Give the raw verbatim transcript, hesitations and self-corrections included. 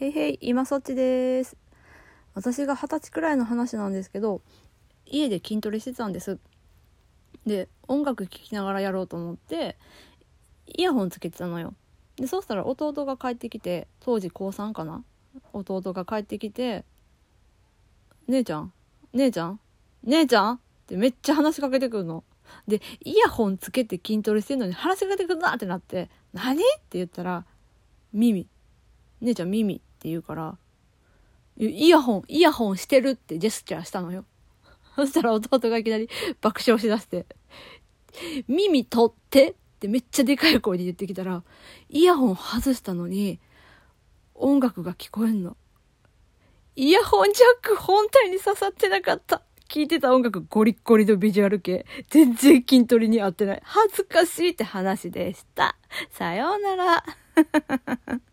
へいへい、今そっちです。私が二十歳くらいの話なんですけど、家で筋トレしてたんです。で、音楽聴きながらやろうと思ってイヤホンつけてたのよ。で、そうしたら弟が帰ってきて、当時高さんかな、弟が帰ってきて、姉ちゃん姉ちゃん姉ちゃんってめっちゃ話しかけてくるの。で、イヤホンつけて筋トレしてんのに話しかけてくるなってなって、何って言ったら、耳姉ちゃん耳って言うから、イヤホンイヤホンしてるってジェスチャーしたのよ。そしたら弟がいきなり爆笑しだして、耳取ってってめっちゃでかい声で言ってきたら、イヤホン外したのに音楽が聞こえんの。イヤホンジャック本体に刺さってなかった。聴いてた音楽ゴリッゴリのビジュアル系、全然筋トレに合ってない。恥ずかしいって話でした。さようなら。